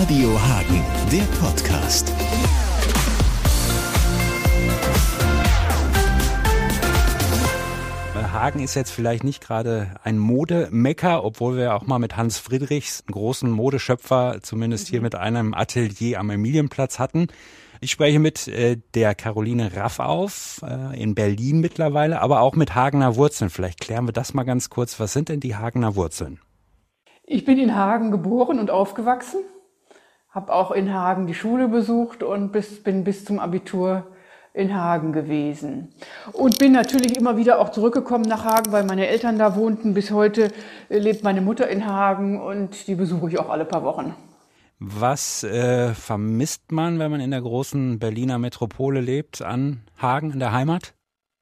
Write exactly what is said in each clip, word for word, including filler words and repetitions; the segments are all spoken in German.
Radio Hagen, der Podcast. Hagen ist jetzt vielleicht nicht gerade ein Modemekka, obwohl wir auch mal mit Hans Friedrichs, einen großen Modeschöpfer, zumindest hier mit einem Atelier am Emilienplatz hatten. Ich spreche mit äh, der Caroline Raffauf, äh, in Berlin mittlerweile, aber auch mit Hagener Wurzeln. Vielleicht klären wir das mal ganz kurz. Was sind denn die Hagener Wurzeln? Ich bin in Hagen geboren und aufgewachsen, habe auch in Hagen die Schule besucht und bis, bin bis zum Abitur in Hagen gewesen. Und bin natürlich immer wieder auch zurückgekommen nach Hagen, weil meine Eltern da wohnten. Bis heute lebt meine Mutter in Hagen und die besuche ich auch alle paar Wochen. Was äh, vermisst man, wenn man in der großen Berliner Metropole lebt, an Hagen, in der Heimat?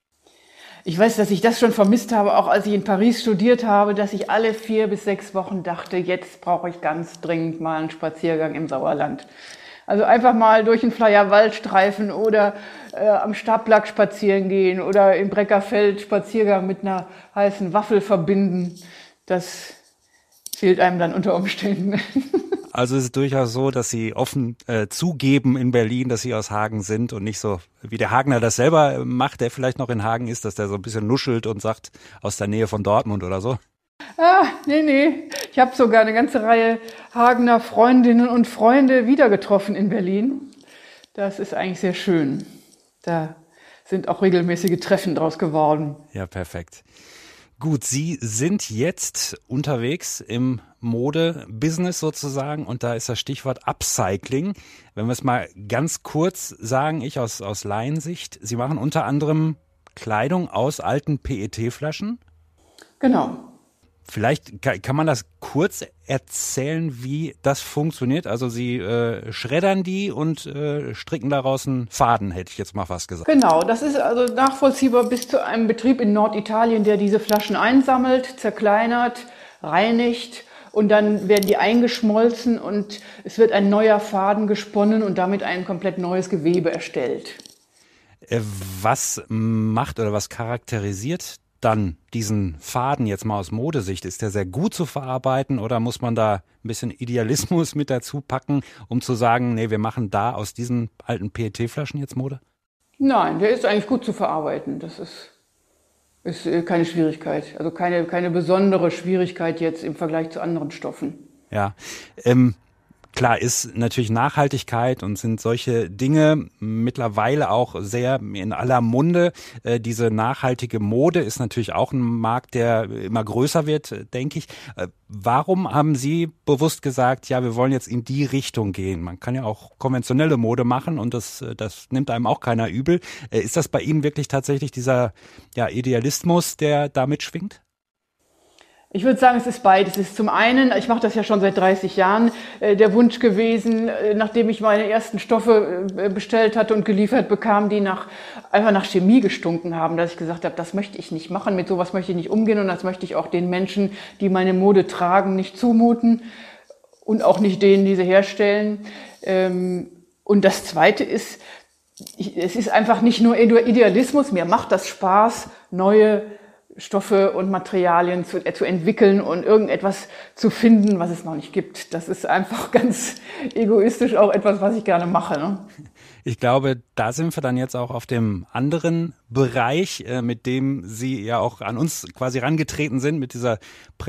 Ich weiß, dass ich das schon vermisst habe, auch als ich in Paris studiert habe, dass ich alle vier bis sechs Wochen dachte, jetzt brauche ich ganz dringend mal einen Spaziergang im Sauerland. Also einfach mal durch den Flyer Wald streifen oder äh, am Stapplack spazieren gehen oder im Breckerfeld Spaziergang mit einer heißen Waffel verbinden. Das fehlt einem dann unter Umständen. Also es ist durchaus so, dass Sie offen äh, zugeben in Berlin, dass Sie aus Hagen sind und nicht so, wie der Hagener das selber macht, der vielleicht noch in Hagen ist, dass der so ein bisschen nuschelt und sagt, aus der Nähe von Dortmund oder so. Ah, nee, nee. Ich habe sogar eine ganze Reihe Hagener Freundinnen und Freunde wieder getroffen in Berlin. Das ist eigentlich sehr schön. Da sind auch regelmäßige Treffen draus geworden. Ja, perfekt. Gut, Sie sind jetzt unterwegs im Mode-Business sozusagen und da ist das Stichwort Upcycling. Wenn wir es mal ganz kurz sagen, ich aus, aus Laiensicht, Sie machen unter anderem Kleidung aus alten P E T-Flaschen. Genau. Vielleicht kann man das kurz erzählen, wie das funktioniert. Also Sie äh, schreddern die und äh, stricken daraus einen Faden, hätte ich jetzt mal fast gesagt. Genau, das ist also nachvollziehbar bis zu einem Betrieb in Norditalien, der diese Flaschen einsammelt, zerkleinert, reinigt und dann werden die eingeschmolzen und es wird ein neuer Faden gesponnen und damit ein komplett neues Gewebe erstellt. Äh, was macht oder was charakterisiert dann diesen Faden jetzt mal aus Modesicht? Ist der sehr gut zu verarbeiten oder muss man da ein bisschen Idealismus mit dazu packen, um zu sagen, nee, wir machen da aus diesen alten P E T-Flaschen jetzt Mode? Nein, der ist eigentlich gut zu verarbeiten. Das ist, ist keine Schwierigkeit. Also keine, keine besondere Schwierigkeit jetzt im Vergleich zu anderen Stoffen. Ja, ähm, klar ist natürlich Nachhaltigkeit und sind solche Dinge mittlerweile auch sehr in aller Munde. Äh, diese nachhaltige Mode ist natürlich auch ein Markt, der immer größer wird, denke ich. Äh, warum haben Sie bewusst gesagt, ja, wir wollen jetzt in die Richtung gehen? Man kann ja auch konventionelle Mode machen und das, das nimmt einem auch keiner übel. Äh, ist das bei Ihnen wirklich tatsächlich dieser ja, Idealismus, der da mitschwingt? Ich würde sagen, es ist beides. Es ist zum einen, ich mache das ja schon seit dreißig Jahren, äh, der Wunsch gewesen, äh, nachdem ich meine ersten Stoffe äh, bestellt hatte und geliefert bekam, die nach, einfach nach Chemie gestunken haben, dass ich gesagt habe, das möchte ich nicht machen, mit sowas möchte ich nicht umgehen und das möchte ich auch den Menschen, die meine Mode tragen, nicht zumuten und auch nicht denen, die sie herstellen. Ähm, und das Zweite ist, ich, es ist einfach nicht nur Idealismus, mir macht das Spaß, neue Stoffe und Materialien zu, äh, zu entwickeln und irgendetwas zu finden, was es noch nicht gibt. Das ist einfach ganz egoistisch auch etwas, was ich gerne mache. Ne? Ich glaube, da sind wir dann jetzt auch auf dem anderen Bereich, äh, mit dem Sie ja auch an uns quasi rangetreten sind, mit dieser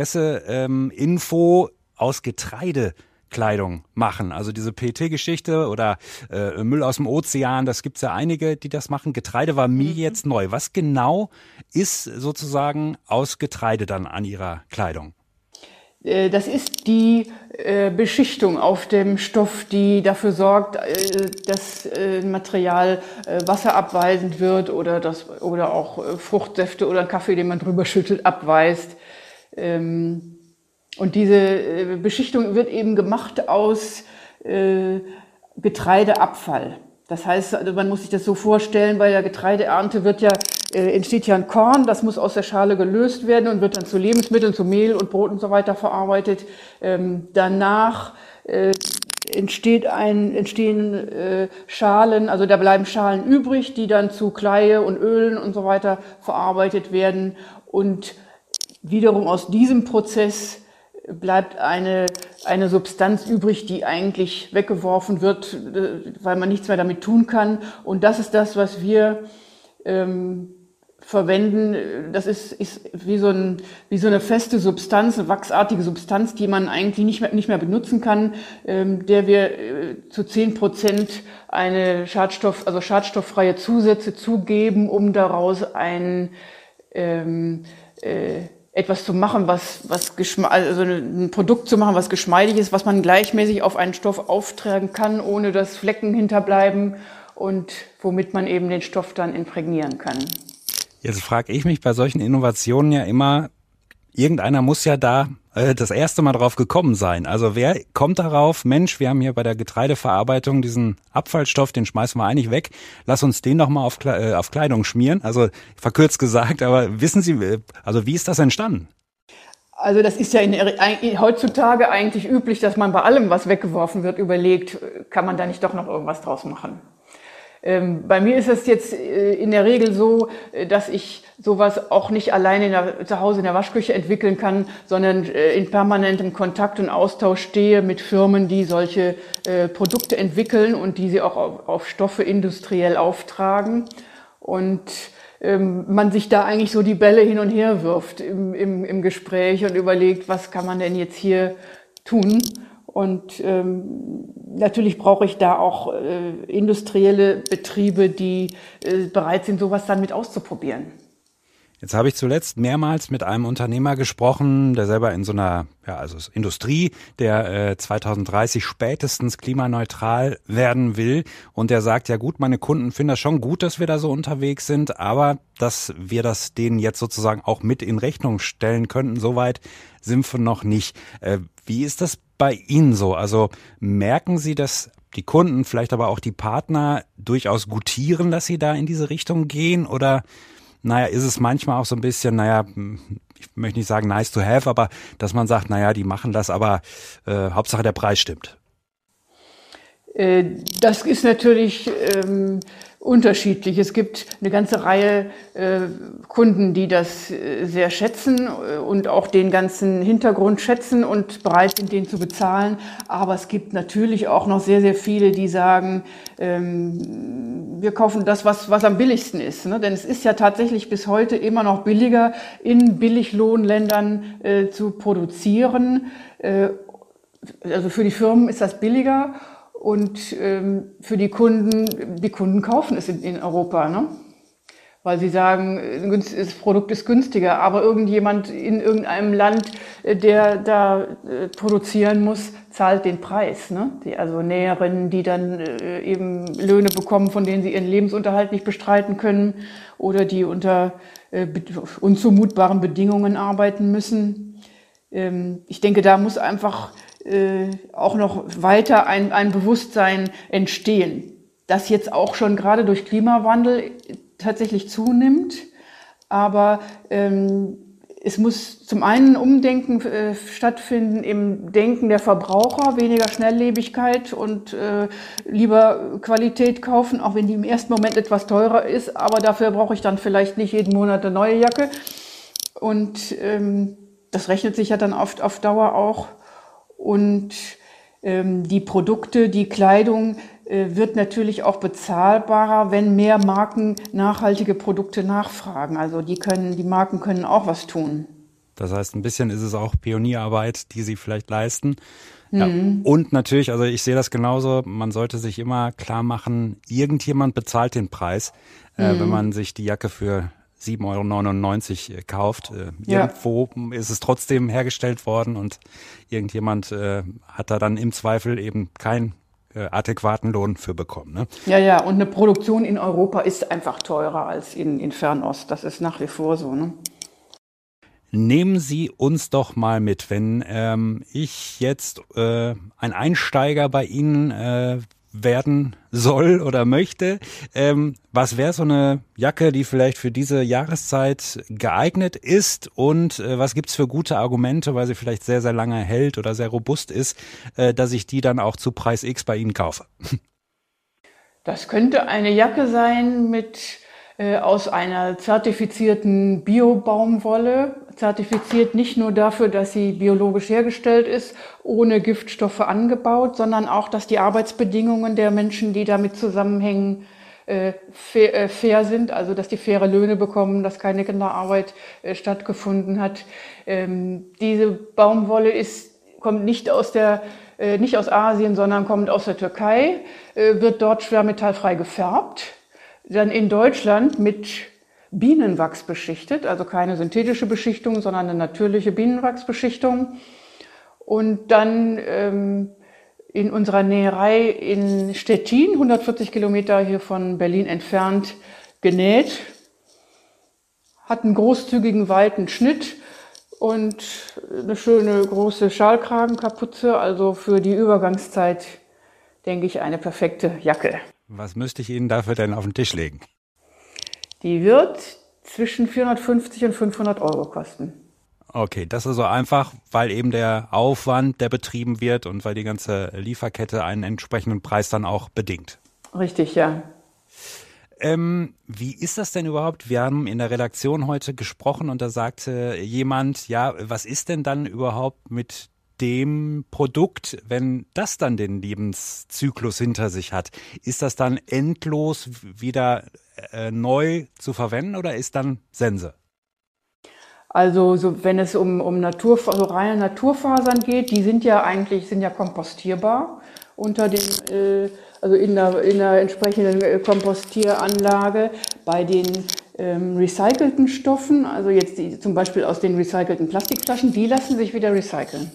Presseinfo aus Getreide. Kleidung machen. Also diese P E T-Geschichte oder äh, Müll aus dem Ozean, das gibt's ja einige, die das machen. Getreide war mir mhm. jetzt neu. Was genau ist sozusagen aus Getreide dann an Ihrer Kleidung? Das ist die äh, Beschichtung auf dem Stoff, die dafür sorgt, äh, dass äh, Material äh, wasserabweisend wird oder, das, oder auch äh, Fruchtsäfte oder Kaffee, den man drüber schüttelt, abweist. Ähm, Und diese Beschichtung wird eben gemacht aus äh, Getreideabfall. Das heißt, also man muss sich das so vorstellen, bei der Getreideernte wird ja, äh, entsteht ja ein Korn, das muss aus der Schale gelöst werden und wird dann zu Lebensmitteln, zu Mehl und Brot und so weiter verarbeitet. Ähm, danach äh, entsteht ein, entstehen äh, Schalen, also da bleiben Schalen übrig, die dann zu Kleie und Ölen und so weiter verarbeitet werden. Und wiederum aus diesem Prozess bleibt eine, eine Substanz übrig, die eigentlich weggeworfen wird, weil man nichts mehr damit tun kann. Und das ist das, was wir ähm, verwenden. Das ist, ist wie, so ein, wie so eine feste Substanz, eine wachsartige Substanz, die man eigentlich nicht mehr, nicht mehr benutzen kann, ähm, der wir äh, zu zehn Prozent eine Schadstoff, also schadstofffreie Zusätze zugeben, um daraus ein ähm, äh, etwas zu machen, was, was also ein Produkt zu machen, was geschmeidig ist, was man gleichmäßig auf einen Stoff auftragen kann, ohne dass Flecken hinterbleiben und womit man eben den Stoff dann imprägnieren kann. Jetzt frage ich mich bei solchen Innovationen ja immer, irgendeiner muss ja da äh, das erste Mal drauf gekommen sein. Also wer kommt darauf, Mensch, wir haben hier bei der Getreideverarbeitung diesen Abfallstoff, den schmeißen wir eigentlich weg, lass uns den doch mal auf, äh, auf Kleidung schmieren. Also verkürzt gesagt, aber wissen Sie, also wie ist das entstanden? Also das ist ja in, in, heutzutage eigentlich üblich, dass man bei allem, was weggeworfen wird, überlegt, kann man da nicht doch noch irgendwas draus machen. Ähm, bei mir ist es jetzt äh, in der Regel so, äh, dass ich sowas auch nicht alleine in der, zu Hause in der Waschküche entwickeln kann, sondern äh, in permanentem Kontakt und Austausch stehe mit Firmen, die solche äh, Produkte entwickeln und die sie auch auf, auf Stoffe industriell auftragen. Und ähm, man sich da eigentlich so die Bälle hin und her wirft im, im, im Gespräch und überlegt, was kann man denn jetzt hier tun? Und ähm, natürlich brauche ich da auch äh, industrielle Betriebe, die äh, bereit sind, sowas dann mit auszuprobieren. Jetzt habe ich zuletzt mehrmals mit einem Unternehmer gesprochen, der selber in so einer, ja, also Industrie, der äh, zwanzig dreißig spätestens klimaneutral werden will. Und der sagt, ja gut, meine Kunden finden das schon gut, dass wir da so unterwegs sind, aber dass wir das denen jetzt sozusagen auch mit in Rechnung stellen könnten, soweit sind wir noch nicht. Äh, wie ist das bei Ihnen so? Also merken Sie, dass die Kunden, vielleicht aber auch die Partner durchaus gutieren, dass Sie da in diese Richtung gehen? Oder naja, ist es manchmal auch so ein bisschen, naja, ich möchte nicht sagen nice to have, aber dass man sagt, naja, die machen das, aber äh, Hauptsache der Preis stimmt? Äh, das ist natürlich ähm, unterschiedlich. Es gibt eine ganze Reihe äh, Kunden, die das äh, sehr schätzen und auch den ganzen Hintergrund schätzen und bereit sind, den zu bezahlen. Aber es gibt natürlich auch noch sehr, sehr viele, die sagen, ähm, wir kaufen das, was, was am billigsten ist. Ne? Denn es ist ja tatsächlich bis heute immer noch billiger, in Billiglohnländern äh, zu produzieren. Äh, also für die Firmen ist das billiger. Und ähm, für die Kunden, die Kunden kaufen es in, in Europa, ne? Weil sie sagen, das Produkt ist günstiger, aber irgendjemand in irgendeinem Land, der da äh, produzieren muss, zahlt den Preis, ne? Die, also Näherinnen, die dann äh, eben Löhne bekommen, von denen sie ihren Lebensunterhalt nicht bestreiten können oder die unter äh, unzumutbaren Bedingungen arbeiten müssen. Ähm, ich denke, da muss einfach Äh, auch noch weiter ein, ein Bewusstsein entstehen, das jetzt auch schon gerade durch Klimawandel tatsächlich zunimmt. Aber ähm, es muss zum einen Umdenken äh, stattfinden im Denken der Verbraucher, weniger Schnelllebigkeit und äh, lieber Qualität kaufen, auch wenn die im ersten Moment etwas teurer ist. Aber dafür brauche ich dann vielleicht nicht jeden Monat eine neue Jacke. Und ähm, das rechnet sich ja dann oft auf Dauer auch. Und ähm, die Produkte, die Kleidung äh, wird natürlich auch bezahlbarer, wenn mehr Marken nachhaltige Produkte nachfragen. Also die können, die Marken können auch was tun. Das heißt, ein bisschen ist es auch Pionierarbeit, die Sie vielleicht leisten. Ja, mhm. Und natürlich, also ich sehe das genauso, man sollte sich immer klar machen, irgendjemand bezahlt den Preis, mhm. äh, wenn man sich die Jacke für sieben Euro neunundneunzig kauft. Äh, ja. Irgendwo ist es trotzdem hergestellt worden und irgendjemand äh, hat da dann im Zweifel eben keinen äh, adäquaten Lohn für bekommen. Ne? Ja, ja, und eine Produktion in Europa ist einfach teurer als in, in Fernost. Das ist nach wie vor so, ne? Nehmen Sie uns doch mal mit, wenn ähm, ich jetzt äh, ein Einsteiger bei Ihnen äh, werden soll oder möchte. Ähm, was wäre so eine Jacke, die vielleicht für diese Jahreszeit geeignet ist und äh, was gibt's für gute Argumente, weil sie vielleicht sehr, sehr lange hält oder sehr robust ist, äh, dass ich die dann auch zu Preis X bei Ihnen kaufe? Das könnte eine Jacke sein mit aus einer zertifizierten Bio-Baumwolle. Zertifiziert nicht nur dafür, dass sie biologisch hergestellt ist, ohne Giftstoffe angebaut, sondern auch, dass die Arbeitsbedingungen der Menschen, die damit zusammenhängen, fair, fair sind, also dass die faire Löhne bekommen, dass keine Kinderarbeit stattgefunden hat. Diese Baumwolle ist, kommt nicht aus der nicht aus Asien, sondern kommt aus der Türkei, wird dort schwermetallfrei gefärbt, dann in Deutschland mit Bienenwachs beschichtet, also keine synthetische Beschichtung, sondern eine natürliche Bienenwachsbeschichtung. Und dann ähm, in unserer Näherei in Stettin, hundertvierzig Kilometer hier von Berlin entfernt, genäht, hat einen großzügigen, weiten Schnitt und eine schöne große Schalkragenkapuze, also für die Übergangszeit, denke ich, eine perfekte Jacke. Was müsste ich Ihnen dafür denn auf den Tisch legen? Die wird zwischen vierhundertfünfzig und fünfhundert Euro kosten. Okay, das ist so einfach, weil eben der Aufwand, der betrieben wird und weil die ganze Lieferkette einen entsprechenden Preis dann auch bedingt. Richtig, ja. Ähm, wie ist das denn überhaupt? Wir haben in der Redaktion heute gesprochen und da sagte jemand, ja, was ist denn dann überhaupt mit dem Produkt, wenn das dann den Lebenszyklus hinter sich hat? Ist das dann endlos wieder äh, neu zu verwenden oder ist dann Sense? Also so, wenn es um, um Natur, also reine Naturfasern geht, die sind ja eigentlich sind ja kompostierbar unter dem, äh, also in der, in der entsprechenden Kompostieranlage. Bei den ähm, recycelten Stoffen, also jetzt die, zum Beispiel aus den recycelten Plastikflaschen, die lassen sich wieder recyceln.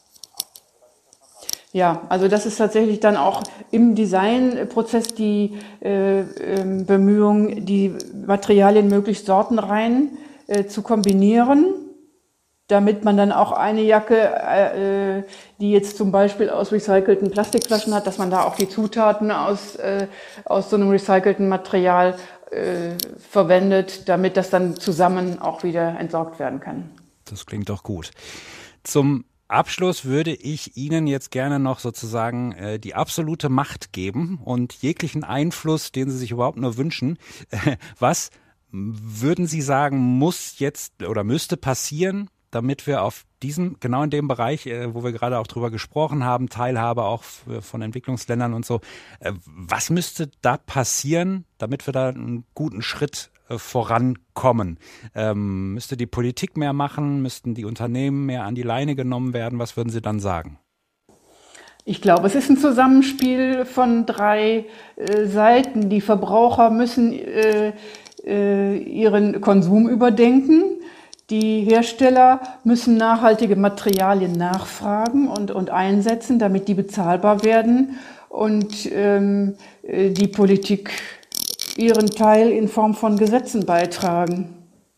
Ja, also das ist tatsächlich dann auch im Designprozess die äh, äh, Bemühung, die Materialien möglichst sortenrein äh, zu kombinieren, damit man dann auch eine Jacke, äh, die jetzt zum Beispiel aus recycelten Plastikflaschen hat, dass man da auch die Zutaten aus, äh, aus so einem recycelten Material äh, verwendet, damit das dann zusammen auch wieder entsorgt werden kann. Das klingt doch gut. Zum Abschluss würde ich Ihnen jetzt gerne noch sozusagen äh, die absolute Macht geben und jeglichen Einfluss, den Sie sich überhaupt nur wünschen. Äh, was würden Sie sagen, muss jetzt oder müsste passieren, damit wir auf diesem, genau in dem Bereich, äh, wo wir gerade auch drüber gesprochen haben, Teilhabe auch von Entwicklungsländern und so, äh, was müsste da passieren, damit wir da einen guten Schritt vorankommen? Ähm, müsste die Politik mehr machen? Müssten die Unternehmen mehr an die Leine genommen werden? Was würden Sie dann sagen? Ich glaube, es ist ein Zusammenspiel von drei äh, Seiten. Die Verbraucher müssen äh, äh, ihren Konsum überdenken. Die Hersteller müssen nachhaltige Materialien nachfragen und, und einsetzen, damit die bezahlbar werden. Und ähm, die Politik ihren Teil in Form von Gesetzen beitragen.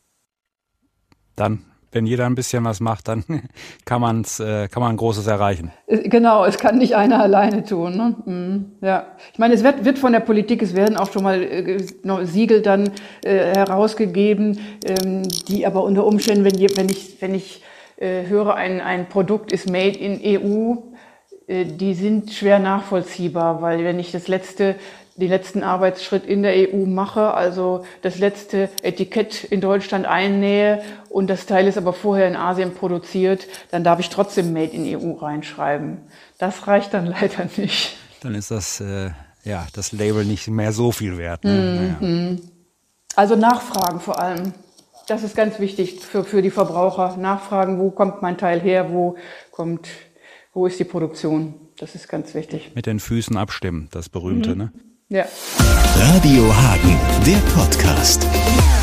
Dann, wenn jeder ein bisschen was macht, dann kann man's, äh, kann man ein Großes erreichen. Genau, es kann nicht einer alleine tun. Ne? Mhm, ja, ich meine, es wird, wird von der Politik, es werden auch schon mal äh, Siegel dann äh, herausgegeben, ähm, die aber unter Umständen, wenn, wenn ich, wenn ich äh, höre, ein, ein Produkt ist made in E U, äh, die sind schwer nachvollziehbar, weil wenn ich das letzte den letzten Arbeitsschritt in der E U mache, also das letzte Etikett in Deutschland einnähe und das Teil ist aber vorher in Asien produziert, dann darf ich trotzdem Made in E U reinschreiben. Das reicht dann leider nicht. Dann ist das, äh, ja, das Label nicht mehr so viel wert. Ne? Mhm. Naja. Also nachfragen vor allem. Das ist ganz wichtig für, für die Verbraucher. Nachfragen, wo kommt mein Teil her, wo kommt, wo ist die Produktion. Das ist ganz wichtig. Mit den Füßen abstimmen, das Berühmte, mhm. ne? Ja. Radio Hagen, der Podcast.